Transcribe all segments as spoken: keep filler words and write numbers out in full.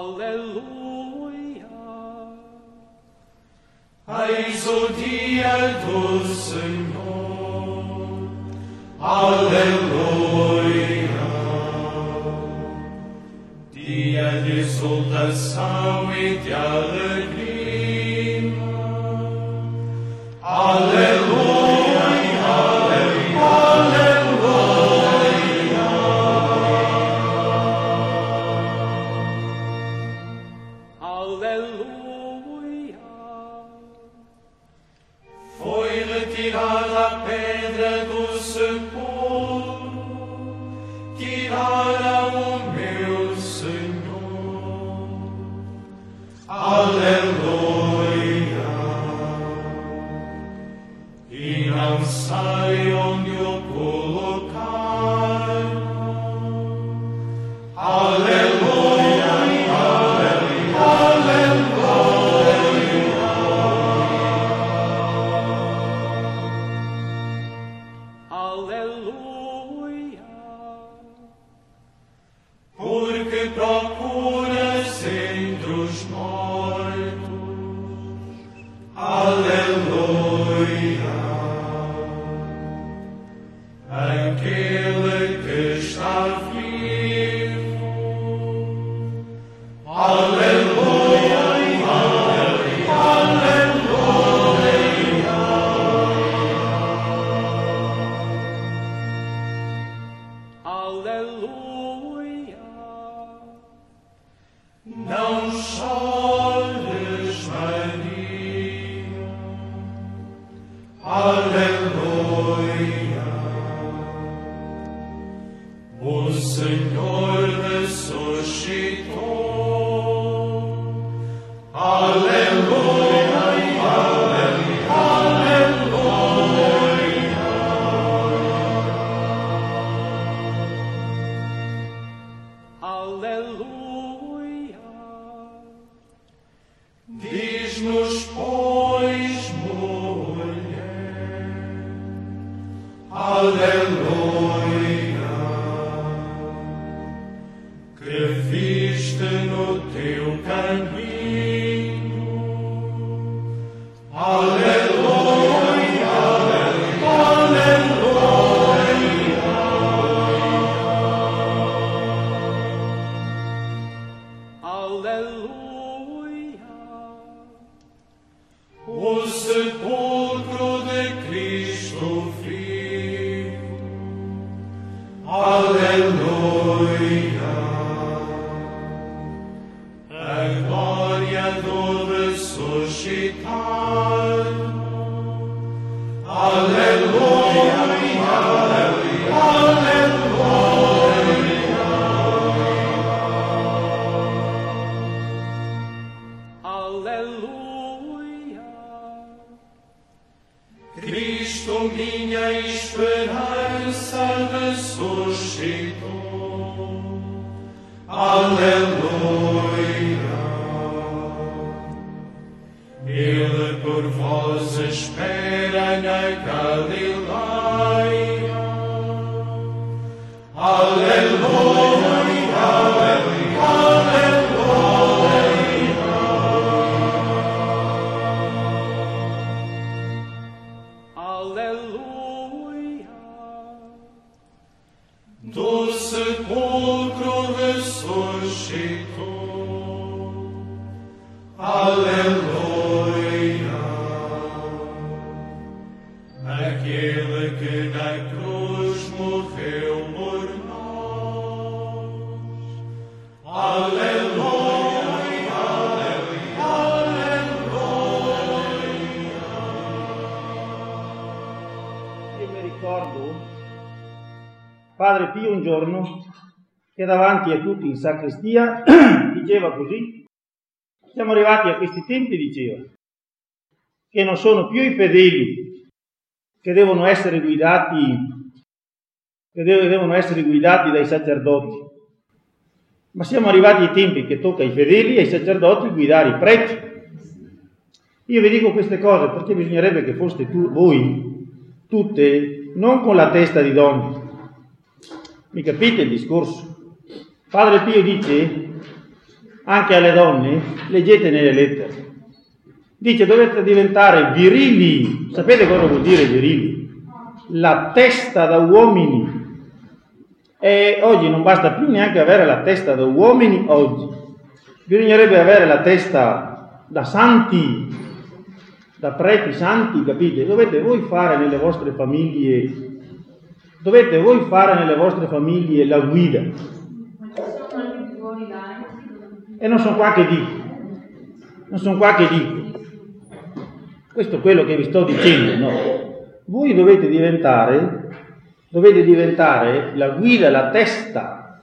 Exodia do Senhor, aleluia. Dia de exultação e de alegria, aleluia, aleluia, aleluia. Foi retirada a pedra do sepulcro, tirara o meu Senhor, aleluia. E não sei onde o colocar, aleluia, aleluia, aleluia. Porque procuras entre os mortos, aleluia. Aquele que está vivo, aleluia, aleluia, aleluia. Não chores, Maria, aleluia. O Senhor ressuscitou, aleluia, aleluia, aleluia. Diz-nos, pois, mulher, aleluia, que viste no teu caminho, aleluia, aleluia, aleluia. O sepulcro de Cristo vivo, aleluia. A glória do ressuscitado, aleluia, aleluia, aleluia. Cristo, minha esperança, ressuscitou, aleluia. Ele por vós espera na Galileia, aleluia, aleluia, aleluia. Do sepulcro ressuscitou, aleluia. Aquele que na cruz morreu por nós, aleluia, aleluia, aleluia. Io mi ricordo Padre Pio un giorno che davanti a tutti in sacrestia diceva così: siamo arrivati a questi tempi, diceva, che non sono più i fedeli che devono essere guidati, che devono essere guidati dai sacerdoti, ma siamo arrivati ai tempi che tocca ai fedeli e ai sacerdoti guidare i preti. Io vi dico queste cose perché bisognerebbe che foste tu, voi, tutte, non con la testa di donne. Mi capite il discorso? Padre Pio dice anche alle donne, leggete nelle lettere. Dice dovete diventare virili. Sapete cosa vuol dire virili? La testa da uomini. E oggi non basta più neanche avere la testa da uomini oggi. Bisognerebbe avere la testa da santi, da preti santi, capite? Dovete voi fare nelle vostre famiglie, dovete voi fare nelle vostre famiglie la guida. E non sono qua che dico, non sono qua che dico. Questo è quello che vi sto dicendo, no? Voi dovete diventare, dovete diventare la guida, la testa.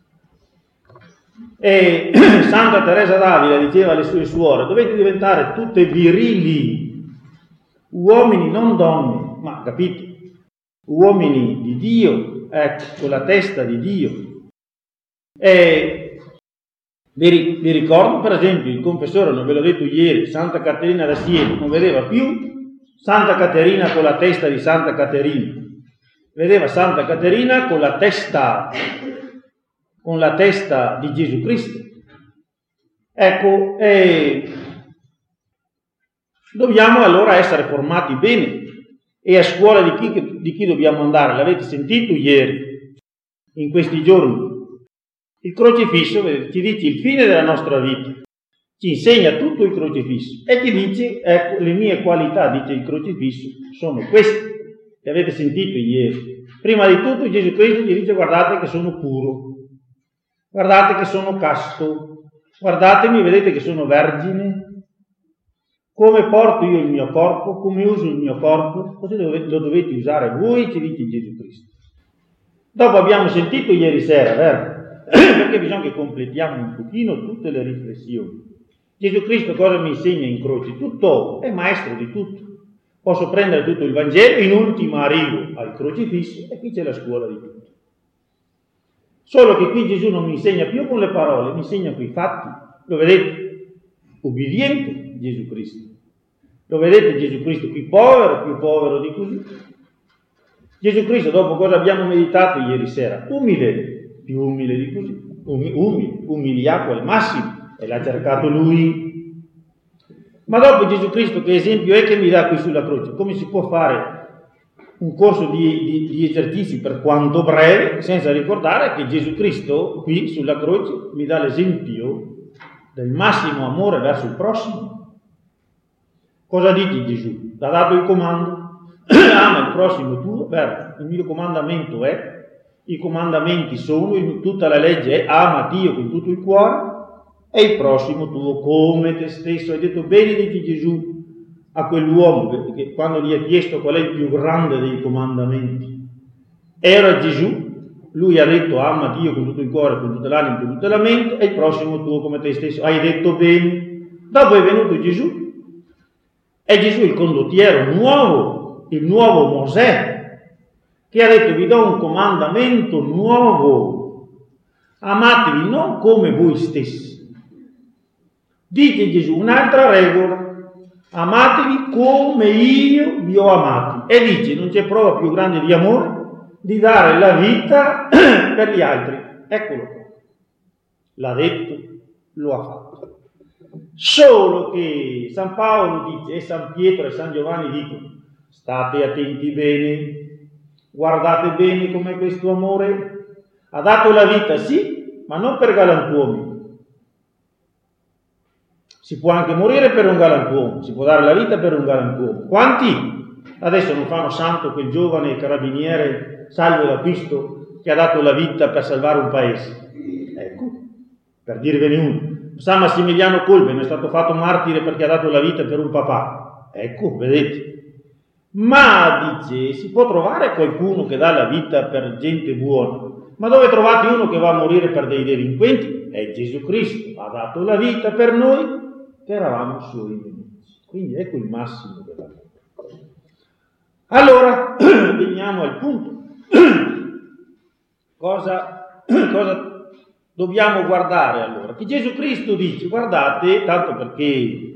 E Santa Teresa d'Avila diceva alle sue suore, dovete diventare tutte virili, uomini non donne, ma capite? Uomini di Dio, ecco, con la testa di Dio. E vi, vi ricordo per esempio il confessore, non ve l'ho detto ieri, Santa Caterina da Siena, non vedeva più Santa Caterina con la testa di Santa Caterina, vedeva Santa Caterina con la testa, con la testa di Gesù Cristo. Ecco, eh, dobbiamo allora essere formati bene. E a scuola di chi, di chi dobbiamo andare? L'avete sentito ieri, in questi giorni. Il crocifisso ci dice il fine della nostra vita, ci insegna tutto il crocifisso e ci dice, ecco, le mie qualità, dice il crocifisso, sono queste, le avete sentito ieri. Prima di tutto Gesù Cristo ci dice guardate che sono puro, guardate che sono casto, guardatemi, vedete che sono vergine, come porto io il mio corpo, come uso il mio corpo, così lo dovete usare voi, ci dice Gesù Cristo. Dopo abbiamo sentito ieri sera, vero? Perché bisogna che completiamo un pochino tutte le riflessioni. Gesù Cristo cosa mi insegna in croce? Tutto, è maestro di tutto. Posso prendere tutto il Vangelo, in ultimo arrivo al crocifisso e qui c'è la scuola di tutto. Solo che qui Gesù non mi insegna più con le parole, mi insegna con i fatti. Lo vedete? Ubbidiente Gesù Cristo. Lo vedete Gesù Cristo qui povero, più povero di così. Gesù Cristo dopo cosa abbiamo meditato ieri sera? Umile, più umile di così. Umi, umile, umiliato al massimo e l'ha cercato lui. Ma dopo Gesù Cristo che esempio è che mi dà qui sulla croce? Come si può fare un corso di, di, di esercizi per quanto breve senza ricordare che Gesù Cristo qui sulla croce mi dà l'esempio del massimo amore verso il prossimo. Cosa dice Gesù? Ti ha dato il comando, ama il prossimo tuo, vero? Il mio comandamento è, i comandamenti sono, tutta la legge è ama Dio con tutto il cuore e il prossimo tuo come te stesso. Hai detto bene, dice Gesù a quell'uomo che quando gli ha chiesto qual è il più grande dei comandamenti, era Gesù. Lui ha detto ama Dio con tutto il cuore, con tutta l'anima, con tutta la mente e il prossimo tuo come te stesso. Hai detto bene. Dopo è venuto Gesù. È Gesù il condottiero nuovo, il nuovo Mosè, che ha detto vi do un comandamento nuovo. Amatevi non come voi stessi. Dice Gesù un'altra regola. Amatevi come io vi ho amati. E dice non c'è prova più grande di amore di dare la vita per gli altri. Eccolo qua. L'ha detto, lo ha fatto. Solo che San Paolo dice, e San Pietro e San Giovanni dicono, state attenti bene, guardate bene com'è questo amore. Ha dato la vita, sì, ma non per galantuomini. Si può anche morire per un galantuomo, si può dare la vita per un galantuomo. Quanti adesso non fanno santo quel giovane carabiniere Salvo d'Acquisto che ha dato la vita per salvare un paese? Ecco, per dirvene uno. San Massimiliano Kolbe è stato fatto martire perché ha dato la vita per un papà. Ecco, vedete. Ma, dice, si può trovare qualcuno che dà la vita per gente buona. Ma dove trovate uno che va a morire per dei delinquenti? È Gesù Cristo. Ha dato la vita per noi che eravamo suoi nemici. Quindi ecco il massimo della vita. Allora, veniamo al punto. Cosa, cosa dobbiamo guardare allora? Che Gesù Cristo dice, guardate, tanto perché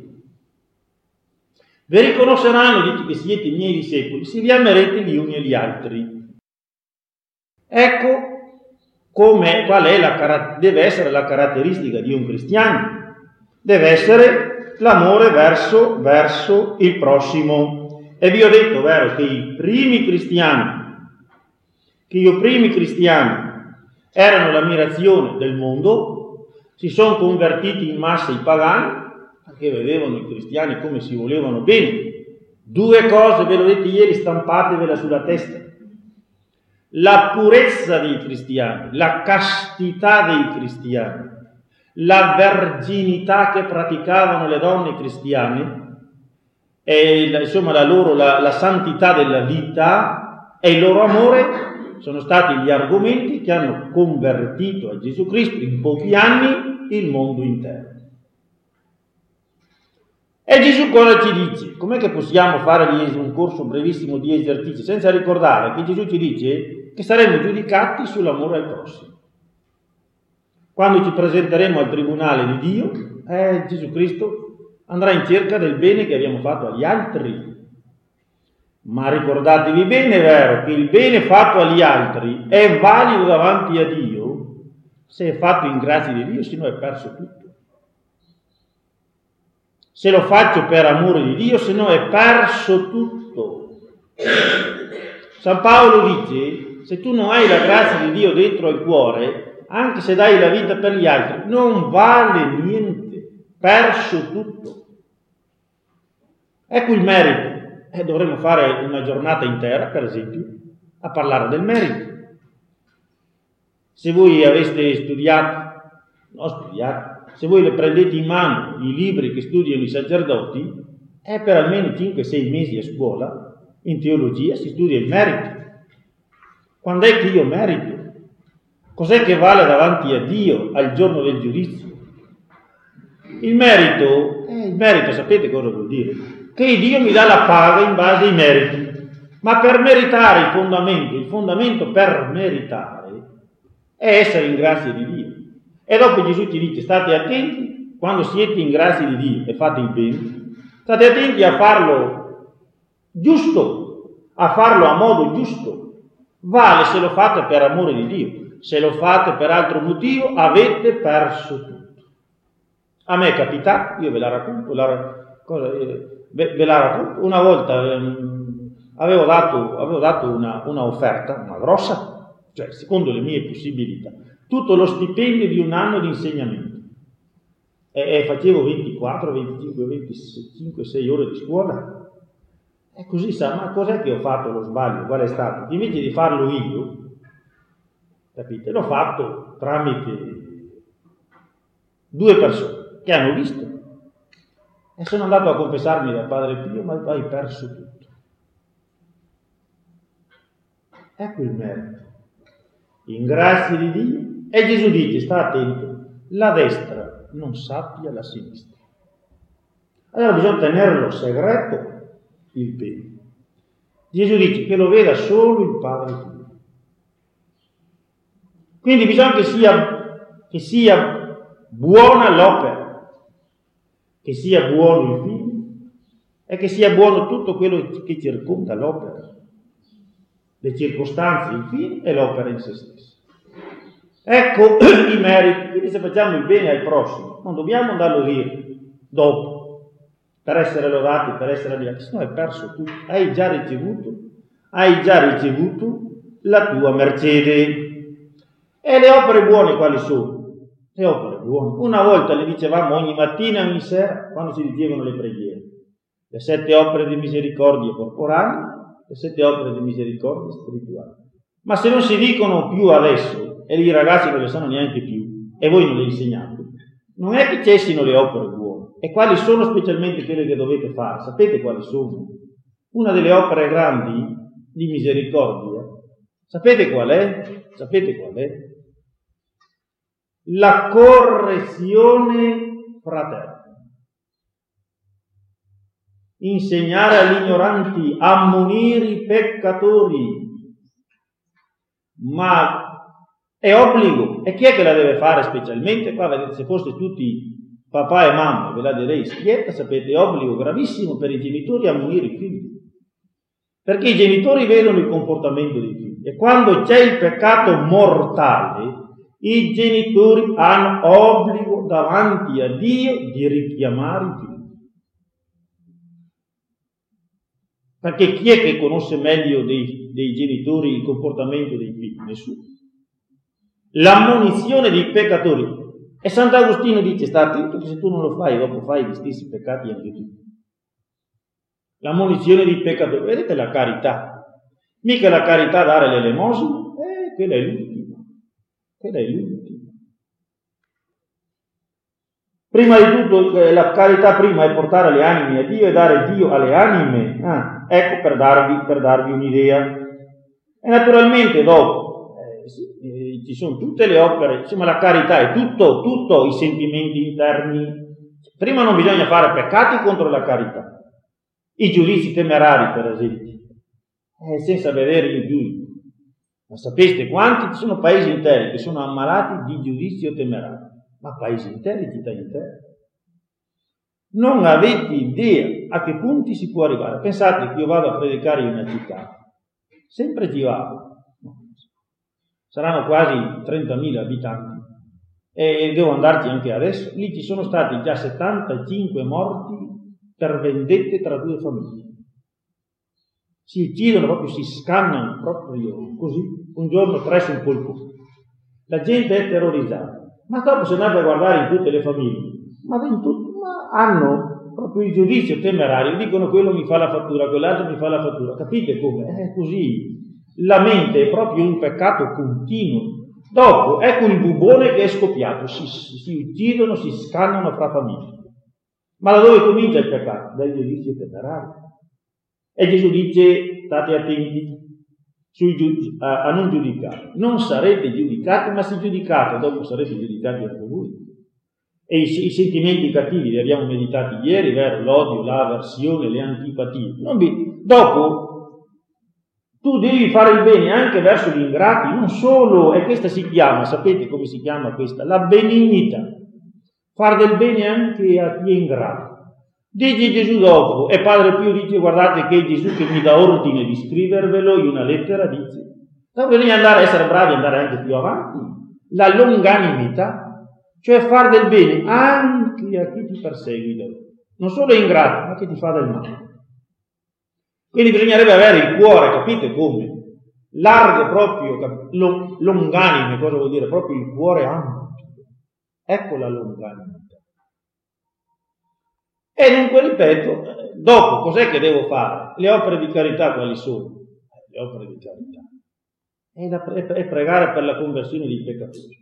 vi riconosceranno, dice che siete i miei discepoli, se vi amerete gli uni e gli altri. Ecco, come, qual è la, deve essere la caratteristica di un cristiano. Deve essere l'amore verso, verso il prossimo. E vi ho detto, vero, che i primi cristiani, che i primi cristiani erano l'ammirazione del mondo, si sono convertiti in massa i pagani, perché vedevano i cristiani come si volevano bene. Due cose, ve l'ho detto ieri, stampatevela sulla testa. La purezza dei cristiani, la castità dei cristiani, la verginità che praticavano le donne cristiane, e insomma la loro, la, la santità della vita e il loro amore sono stati gli argomenti che hanno convertito a Gesù Cristo in pochi anni il mondo intero. E Gesù cosa ci dice? Com'è che possiamo fare un corso brevissimo di esercizi senza ricordare che Gesù ci dice che saremo giudicati sull'amore al prossimo? Quando ci presenteremo al tribunale di Dio, eh, Gesù Cristo andrà in cerca del bene che abbiamo fatto agli altri. Ma ricordatevi bene, è vero, che il bene fatto agli altri è valido davanti a Dio se è fatto in grazia di Dio, se no è perso tutto. Se lo faccio per amore di Dio, se no è perso tutto. San Paolo dice, se tu non hai la grazia di Dio dentro al cuore, anche se dai la vita per gli altri, non vale niente, perso tutto. Ecco il merito. E dovremmo fare una giornata intera, per esempio, a parlare del merito. Se voi aveste studiato, no studiato, se voi le prendete in mano i libri che studiano i sacerdoti, è per almeno cinque sei mesi a scuola, in teologia si studia il merito. Quando è che io merito? Cos'è che vale davanti a Dio al giorno del giudizio? Il merito, eh, il merito sapete cosa vuol dire? Che Dio mi dà la paga in base ai meriti. Ma per meritare il fondamento, il fondamento per meritare è essere in grazia di Dio. E dopo Gesù ci dice, state attenti, quando siete in grazia di Dio e fate il bene, state attenti a farlo giusto, a farlo a modo giusto. Vale se lo fate per amore di Dio. Se lo fate per altro motivo, avete perso tutto. A me è capitato, io ve la racconto, la, cosa, ve, ve la racconto. Una volta ehm, avevo dato, avevo dato una, una offerta, una grossa, cioè secondo le mie possibilità, tutto lo stipendio di un anno di insegnamento. E, e facevo ventiquattro, venticinque, venticinque, sei ore di scuola. E così sa, ma cos'è che ho fatto lo sbaglio? Qual è stato? Invece di farlo io, capite? L'ho fatto tramite due persone che hanno visto e sono andato a confessarmi da Padre Pio, ma hai perso tutto. Ecco il merito. In grazia di Dio. E Gesù dice, sta attento, la destra non sappia la sinistra. Allora bisogna tenerlo segreto il bene. Gesù dice che lo veda solo il Padre Pio. Quindi bisogna che sia, che sia buona l'opera, che sia buono il figlio e che sia buono tutto quello che circonda l'opera, le circostanze, il fine e l'opera in se stessa. Ecco i meriti. Quindi se facciamo il bene al prossimo, non dobbiamo andarlo a dire dopo, per essere lodati, per essere ammirati, se no hai perso tutto, hai già ricevuto, hai già ricevuto la tua mercede. E le opere buone quali sono? Le opere buone. Una volta le dicevamo ogni mattina e ogni sera, quando si dicevano le preghiere. Le sette opere di misericordia corporali, le sette opere di misericordia spirituali. Ma se non si dicono più adesso, e i ragazzi non le sanno neanche più, e voi non le insegnate, non è che cessino le opere buone. E quali sono specialmente quelle che dovete fare? Sapete quali sono? Una delle opere grandi di misericordia, sapete qual è? Sapete qual è? La correzione fraterna. Insegnare agli ignoranti, ammonire i peccatori, ma è obbligo. E chi è che la deve fare specialmente? Qua vedete, se foste tutti papà e mamma, ve la direi schietta, sapete, è obbligo gravissimo per i genitori ammonire i figli. Perché i genitori vedono il comportamento dei figli. E quando c'è il peccato mortale, I genitori hanno obbligo davanti a Dio di richiamare i figli. Perché chi è che conosce meglio dei, dei genitori il comportamento dei figli? Nessuno. L'ammonizione dei peccatori. E Sant'Agostino dice, sta attento che se tu non lo fai, dopo fai gli stessi peccati anche tu. L'ammonizione dei peccatori. Vedete la carità. Mica la carità dare l'elemosina, eh, quella è l'ultima. Quella è l'ultima. Prima di tutto, la carità prima è portare le anime a Dio e dare Dio alle anime. Ah, ecco per darvi, per darvi un'idea. E naturalmente dopo, eh, sì, eh, ci sono tutte le opere, insomma la carità è tutto, tutto i sentimenti interni. Prima non bisogna fare peccati contro la carità. I giudizi temerari, per esempio, eh, senza vedere il giudice. Ma sapete quanti ci sono paesi interi che sono ammalati di giudizio temerario? Ma paesi interi, città intere. Non avete idea a che punti si può arrivare. Pensate che io vado a predicare in una città, sempre ci vado, saranno quasi trentamila abitanti, e devo andarci anche adesso. Lì ci sono stati già settantacinque morti per vendette tra due famiglie. Si uccidono proprio, si scannano proprio così, un giorno tre su un colpo. La gente è terrorizzata. Ma dopo se andate a guardare in tutte le famiglie, ma in tutte, ma hanno proprio il giudizio temerario, dicono quello mi fa la fattura, quell'altro mi fa la fattura. Capite come? È così. La mente è proprio un peccato continuo. Dopo, ecco il bubone che è scoppiato, si, si uccidono, si scannano fra famiglie. Ma da dove comincia il peccato? Dal giudizio temerario. E Gesù dice, state attenti sui giudici, a, a non giudicare. Non sarete giudicati, ma se giudicate, dopo sarete giudicati anche voi. E i, i sentimenti cattivi li abbiamo meditati ieri, vero? L'odio, l'avversione, le antipatie. Non vi, dopo, tu devi fare il bene anche verso gli ingrati, non solo, e questa si chiama, sapete come si chiama questa? La benignità. Far del bene anche a chi è ingrato. Dice Gesù dopo, e Padre Pio dice, guardate che è Gesù che mi dà ordine di scrivervelo in una lettera, dice, dopo bisogna andare a essere bravi, andare anche più avanti, la longanimità, cioè far del bene anche a chi ti perseguita, non solo è ingrato, ma che ti fa del male. Quindi bisognerebbe avere il cuore, capite come? Largo proprio, longanime, cosa vuol dire? Proprio il cuore ampio. Ecco la longanimità. E dunque, ripeto, dopo cos'è che devo fare? Le opere di carità quali sono? Le opere di carità. È, da, è pregare per la conversione dei peccatori.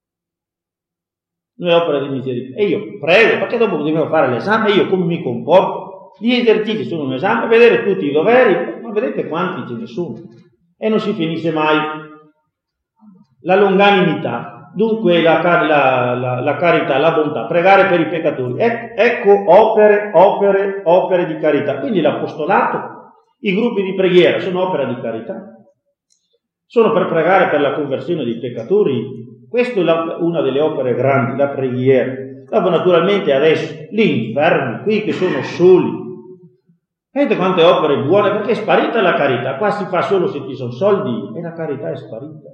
Le opere di misericordia. E io prego, perché dopo devo fare l'esame, io come mi comporto? Gli esercizi sono un esame, vedere tutti i doveri, ma vedete quanti ce ne sono. E non si finisce mai. La longanimità. Dunque la, la, la, la carità, la bontà, pregare per i peccatori. Ecco, ecco opere, opere, opere di carità. Quindi l'apostolato, i gruppi di preghiera sono opere di carità. Sono per pregare per la conversione dei peccatori. Questa è la, una delle opere grandi, la preghiera. Dopo naturalmente adesso gli infermi, qui che sono soli. Vedete quante opere buone, perché è sparita la carità. Qua si fa solo se ci sono soldi e la carità è sparita.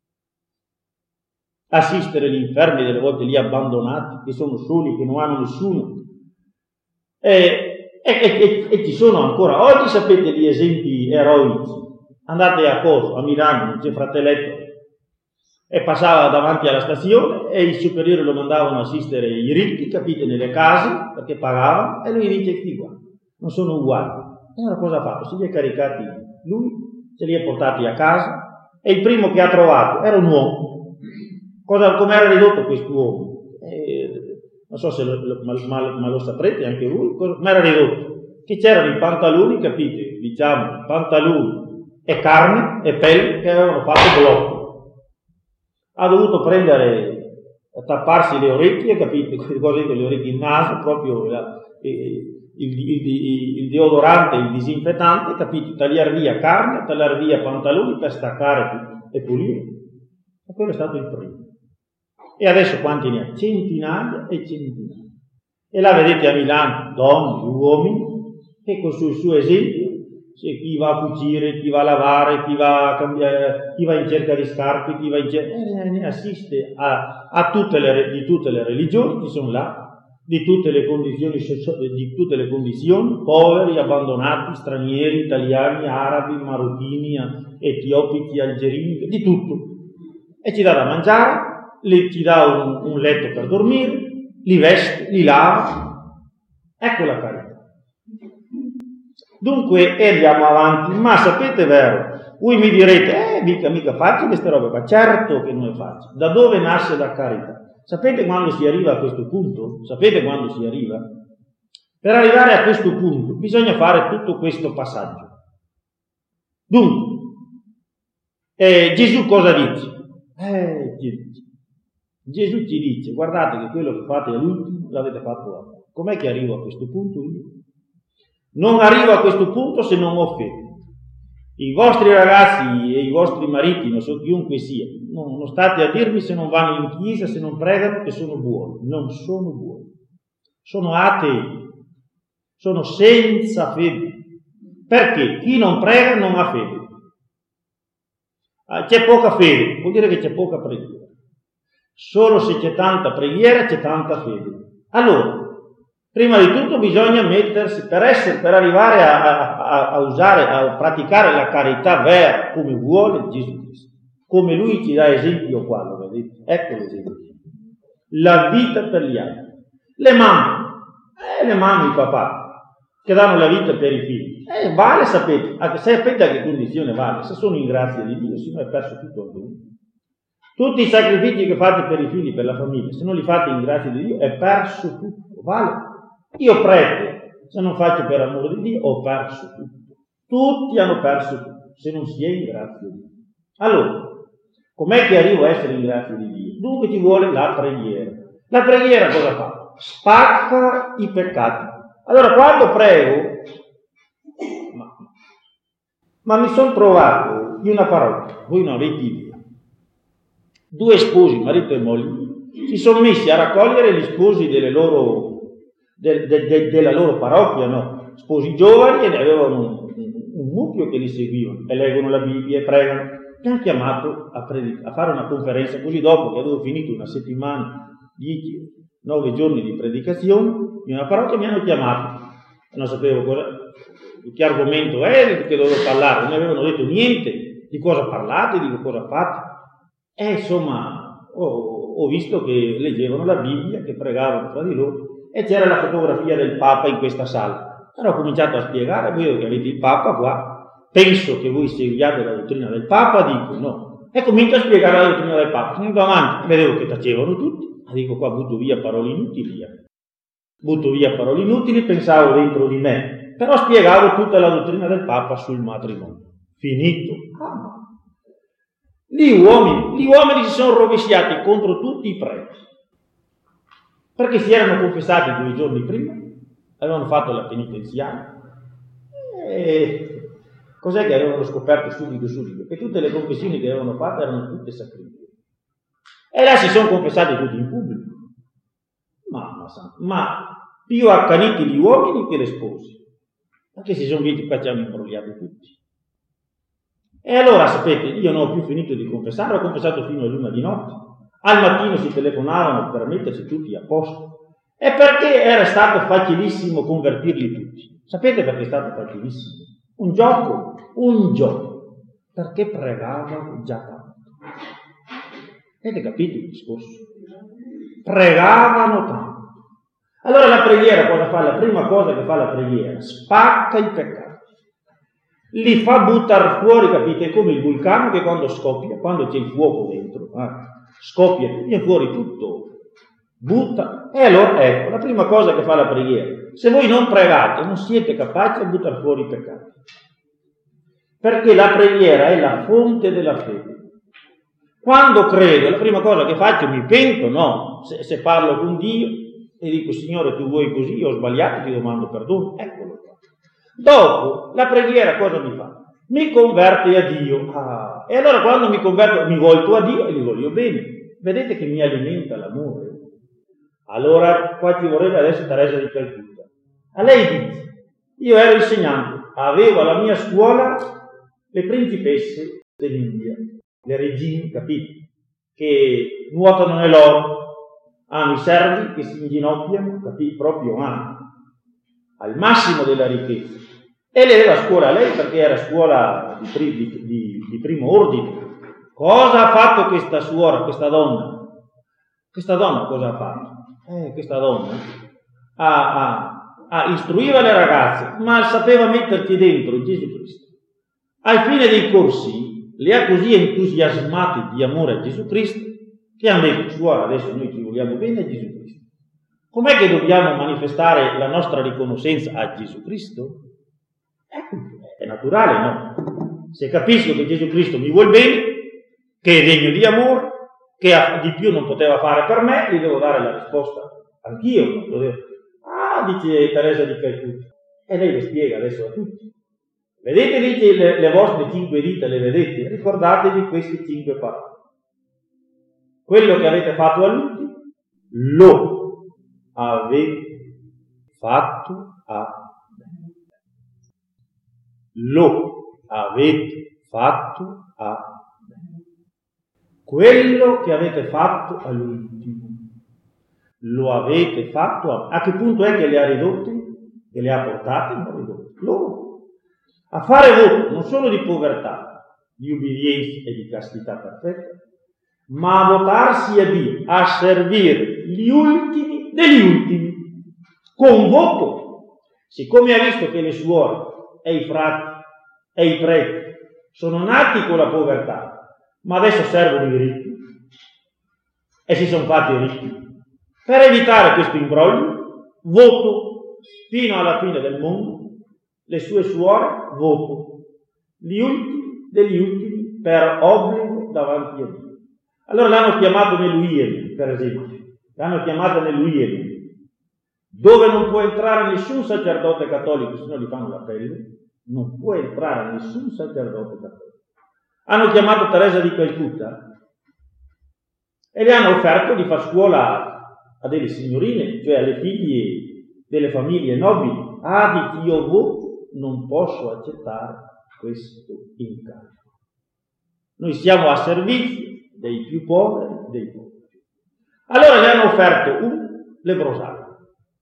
Assistere gli infermi, delle volte lì abbandonati, che sono soli, che non hanno nessuno. E, e, e, e ci sono ancora oggi, sapete, gli esempi eroici. Andate a Coso, a Milano, c'è Fratelletto, e passava davanti alla stazione e i superiori lo mandavano a assistere i ricchi, capite, nelle case, perché pagavano, e lui dice, qui qua, non sono uguali. E allora cosa ha fatto? Si li è caricati lui, se li è portati a casa, e il primo che ha trovato era un uomo. Cosa, come era ridotto quest'uomo? Eh, non so se lo, lo, ma, ma, ma lo saprete anche voi, come era ridotto? Che c'erano i pantaloni, capite? Diciamo, pantaloni e carne e pelle che avevano fatto blocco. Ha dovuto prendere, tapparsi le orecchie, capite? Così con le orecchie, il naso, proprio la, eh, il, il, il, il deodorante, il disinfettante, capite? Tagliare via carne, tagliare via pantaloni per staccare tutto e pulire. E quello è stato il primo. E adesso quanti ne ha? Centinaia e centinaia. E là vedete a Milano donne, uomini, che con il suo esempio Sì, chi va a cucire, chi va a lavare, chi va, a cambiare, chi va in cerca di scarpe, chi va in cerca... Eh, ne assiste a, a tutte le, di tutte le religioni, chi sono là, di tutte le condizioni, di tutte le condizioni, poveri, abbandonati, stranieri, italiani, arabi, marocchini, etiopici, algerini, di tutto. E ci dà da mangiare, li, ci dà un, un letto per dormire, li veste, li lava. Ecco la carità. Dunque andiamo avanti, ma sapete vero, voi mi direte, eh, mica, mica facile queste robe qua, certo che non è facile. Da dove nasce la carità? Sapete quando si arriva a questo punto? Sapete quando si arriva? Per arrivare a questo punto bisogna fare tutto questo passaggio. Dunque, eh, Gesù cosa dice? Eh, Gesù ci dice, guardate che quello che fate all'ultimo l'avete fatto a me. Com'è che arrivo a questo punto io? Non arrivo a questo punto se non offendo. I vostri ragazzi e i vostri mariti, non so chiunque sia, non, non state a dirmi se non vanno in chiesa, se non pregano, che sono buoni. Non sono buoni. Sono atei. Sono senza fede. Perché? Chi non prega non ha fede. C'è poca fede, vuol dire che c'è poca preghiera. Solo se c'è tanta preghiera c'è tanta fede. Allora, prima di tutto bisogna mettersi, per essere, per arrivare a, a, a usare, a praticare la carità vera come vuole Gesù Cristo, come Lui ci dà esempio qua, lo vedete? Ecco l'esempio. La vita per gli altri. Le mamme, eh, le mamme e i papà, che danno la vita per i figli. Eh, vale, sapete, sapete a che condizione vale? Se sono in grazia di Dio, se no è perso tutto il mondo. Tutti i sacrifici che fate per i figli, per la famiglia, se non li fate in grazia di Dio, è perso tutto, vale? Io prego, se non faccio per amore di Dio, ho perso tutto. Tutti hanno perso tutto, se non si è in grazia di Dio. Allora, com'è che arrivo a essere in grazia di Dio? Dunque ci vuole la preghiera. La preghiera cosa fa? Spacca i peccati. Allora, quando prego, ma, ma mi sono trovato in una parrocchia, voi non avete idea, due sposi, marito e moglie, si sono messi a raccogliere gli sposi delle loro De, de, de, della loro parrocchia, no? Sposi giovani, e ne avevano un, un, un mucchio che li seguivano e leggono la Bibbia e pregano. Mi hanno chiamato a, predic- a fare una conferenza, così dopo che avevo finito una settimana, dieci, nove giorni di predicazione in una parrocchia, mi hanno chiamato. Non sapevo cosa, di che argomento è, di che dovevo parlare, non mi avevano detto niente, di cosa parlate, di cosa fate. E insomma, ho, ho visto che leggevano la Bibbia, che pregavano fra di loro, e c'era la fotografia del Papa in questa sala. Allora ho cominciato a spiegare, voi che avete il Papa qua, penso che voi seguiate la dottrina del Papa, dico no, e comincio a spiegare la dottrina del Papa. Sono andato avanti, vedevo che tacevano tutti, ma dico qua butto via parole inutili, via. butto via parole inutili, pensavo dentro di me, però spiegavo tutta la dottrina del Papa sul matrimonio. Finito. Ah. Gli uomini, gli uomini si sono rovesciati contro tutti i preti, perché si erano confessati due giorni prima, avevano fatto la penitenziale, e cos'è che avevano scoperto subito subito? Che tutte le confessioni che avevano fatto erano tutte sacrilege. E là si sono confessati tutti in pubblico. Ma, ma, ma più accaniti gli uomini che le spose, perché si sono visti che ci hanno imbrogliato tutti. E allora, sapete, io non ho più finito di confessare, ho confessato fino all'una di notte. Al mattino si telefonavano per mettersi tutti a posto. E perché era stato facilissimo convertirli tutti? Sapete perché è stato facilissimo? Un gioco, un gioco. Perché pregavano già tanto. Avete capito il discorso? Pregavano tanto. Allora la preghiera cosa fa? La prima cosa che fa la preghiera, spacca i peccati. Li fa buttare fuori, capite? È come il vulcano che quando scoppia, quando c'è il fuoco dentro, eh, scoppia, viene fuori tutto, butta. E allora ecco, la prima cosa che fa la preghiera, se voi non pregate non siete capaci di buttare fuori i peccati, perché la preghiera è la fonte della fede. Quando credo, la prima cosa che faccio, mi pento? No, se, se parlo con Dio e dico Signore tu vuoi così, io ho sbagliato, ti domando perdono, eccolo qua. Dopo la preghiera cosa mi fa? Mi converte a Dio. Ah, e allora quando mi converto mi volto a Dio e gli voglio bene. Vedete che mi alimenta l'amore. Allora qua ci vorrebbe adesso Teresa di Calcutta. A lei dice, io ero insegnante, avevo alla mia scuola le principesse dell'India, le regine, capite? Che nuotano nell'oro, hanno i servi che si inginocchiano, capite? Proprio hanno al massimo della ricchezza. E lei era a scuola lei perché era scuola di, pri, di, di, di primo ordine. Cosa ha fatto questa suora, questa donna? Questa donna cosa ha fatto? Eh, questa donna ha, ha, ha istruiva le ragazze, ma sapeva metterti dentro Gesù Cristo. Al fine dei corsi le ha così entusiasmate di amore a Gesù Cristo che hanno detto: suora, adesso noi ci vogliamo bene a Gesù Cristo. Com'è che dobbiamo manifestare la nostra riconoscenza a Gesù Cristo? Ecco, è naturale, no? Se capisco che Gesù Cristo mi vuol bene, che è degno di amore, che di più non poteva fare per me, gli devo dare la risposta anch'io. Non devo... Ah, dice Teresa di Calcutta, e lei le spiega adesso a tutti. Vedete, dice, le, le vostre cinque dita, le vedete? Ricordatevi queste cinque parole. Quello che avete fatto all'ultimo, lo avete fatto a me. Lo avete fatto a me. Quello che avete fatto all'ultimo, lo avete fatto a me. A che punto è che le ha ridotte? Che le ha portate? Non ridotte. Loro. A fare voto non solo di povertà, di ubbidienza e di castità perfetta, ma a votarsi a Dio, a servire gli ultimi degli ultimi, con voto. Siccome ha visto che le suore e i frati e i preti sono nati con la povertà, ma adesso servono i ricchi, e si sono fatti ricchi, per evitare questo imbroglio, voto fino alla fine del mondo, le sue suore, voto, gli ultimi degli ultimi per obbligo davanti a Dio. Allora l'hanno chiamato nell'Uiem, per esempio, l'hanno chiamato nell'Uiem, dove non può entrare nessun sacerdote cattolico, se no gli fanno la pelle, non può entrare nessun sacerdote cattolico. Hanno chiamato Teresa di Calcutta e le hanno offerto di far scuola a delle signorine, cioè alle figlie delle famiglie nobili. Ah, dice, io voto, non posso accettare questo incarico. Noi siamo a servizio dei più poveri, dei poveri. Allora gli hanno offerto un lebbrosario,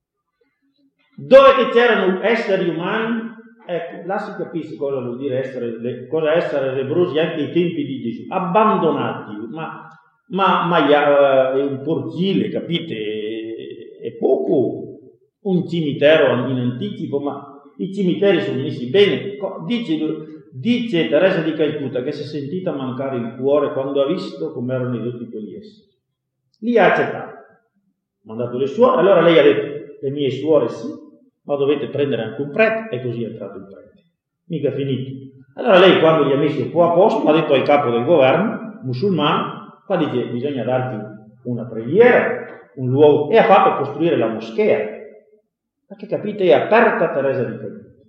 dove che c'erano esseri umani. Ecco, là si capisce cosa vuol dire essere, cosa essere lebbrosi anche ai tempi di Gesù, abbandonati, ma, ma, ma è un porcile, capite? È poco un cimitero in anticipo, ma i cimiteri sono messi bene. Dice, dice Teresa di Calcutta che si è sentita mancare il cuore quando ha visto come erano ridotti quegli esseri. Li ha accettati, ha mandato le suore. Allora lei ha detto: le mie suore sì, ma dovete prendere anche un prete, e così è entrato il prete. Mica finito. Allora lei, quando li ha messi un po' a posto, ha detto al capo del governo musulmano: qua dice, bisogna darti una preghiera, un luogo, e ha fatto costruire la moschea. Perché capite, è aperta Teresa di Calcutta.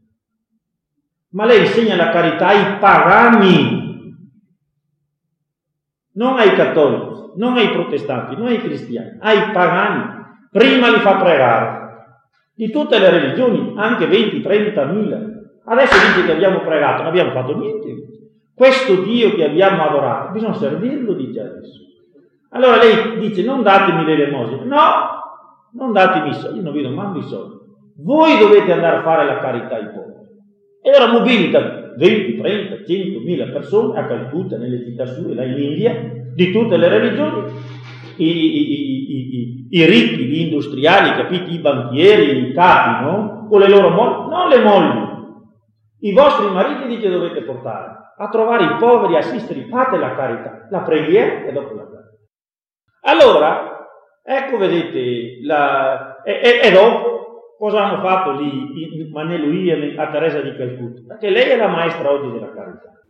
Ma lei insegna la carità ai pagani, non ai cattolici, non ai protestanti, non ai cristiani, ai pagani. Prima li fa pregare. Di tutte le religioni, anche venti trenta mila. Adesso dice che abbiamo pregato, non abbiamo fatto niente. Questo Dio che abbiamo adorato, bisogna servirlo, dice adesso. Allora lei dice: non datemi le elemosine. No, non datemi i soldi, io non vi domando i soldi. Voi dovete andare a fare la carità ai poveri. E ora mobilita venti, trenta, centomila persone a Calcutta, nelle città sue, là in India, di tutte le religioni, i, i, i, i, i ricchi, gli industriali, capiti, i banchieri, i capi, no? Con le loro mogli, non le mogli. I vostri mariti, dice, dovete portare a trovare i poveri, assistere, fate la carità, la preghiera e dopo la carità. Allora, ecco, vedete, la, e, e, e dopo cosa hanno fatto lì, ma nell'Uiem, a Teresa di Calcutta? Perché lei è la maestra oggi della carità.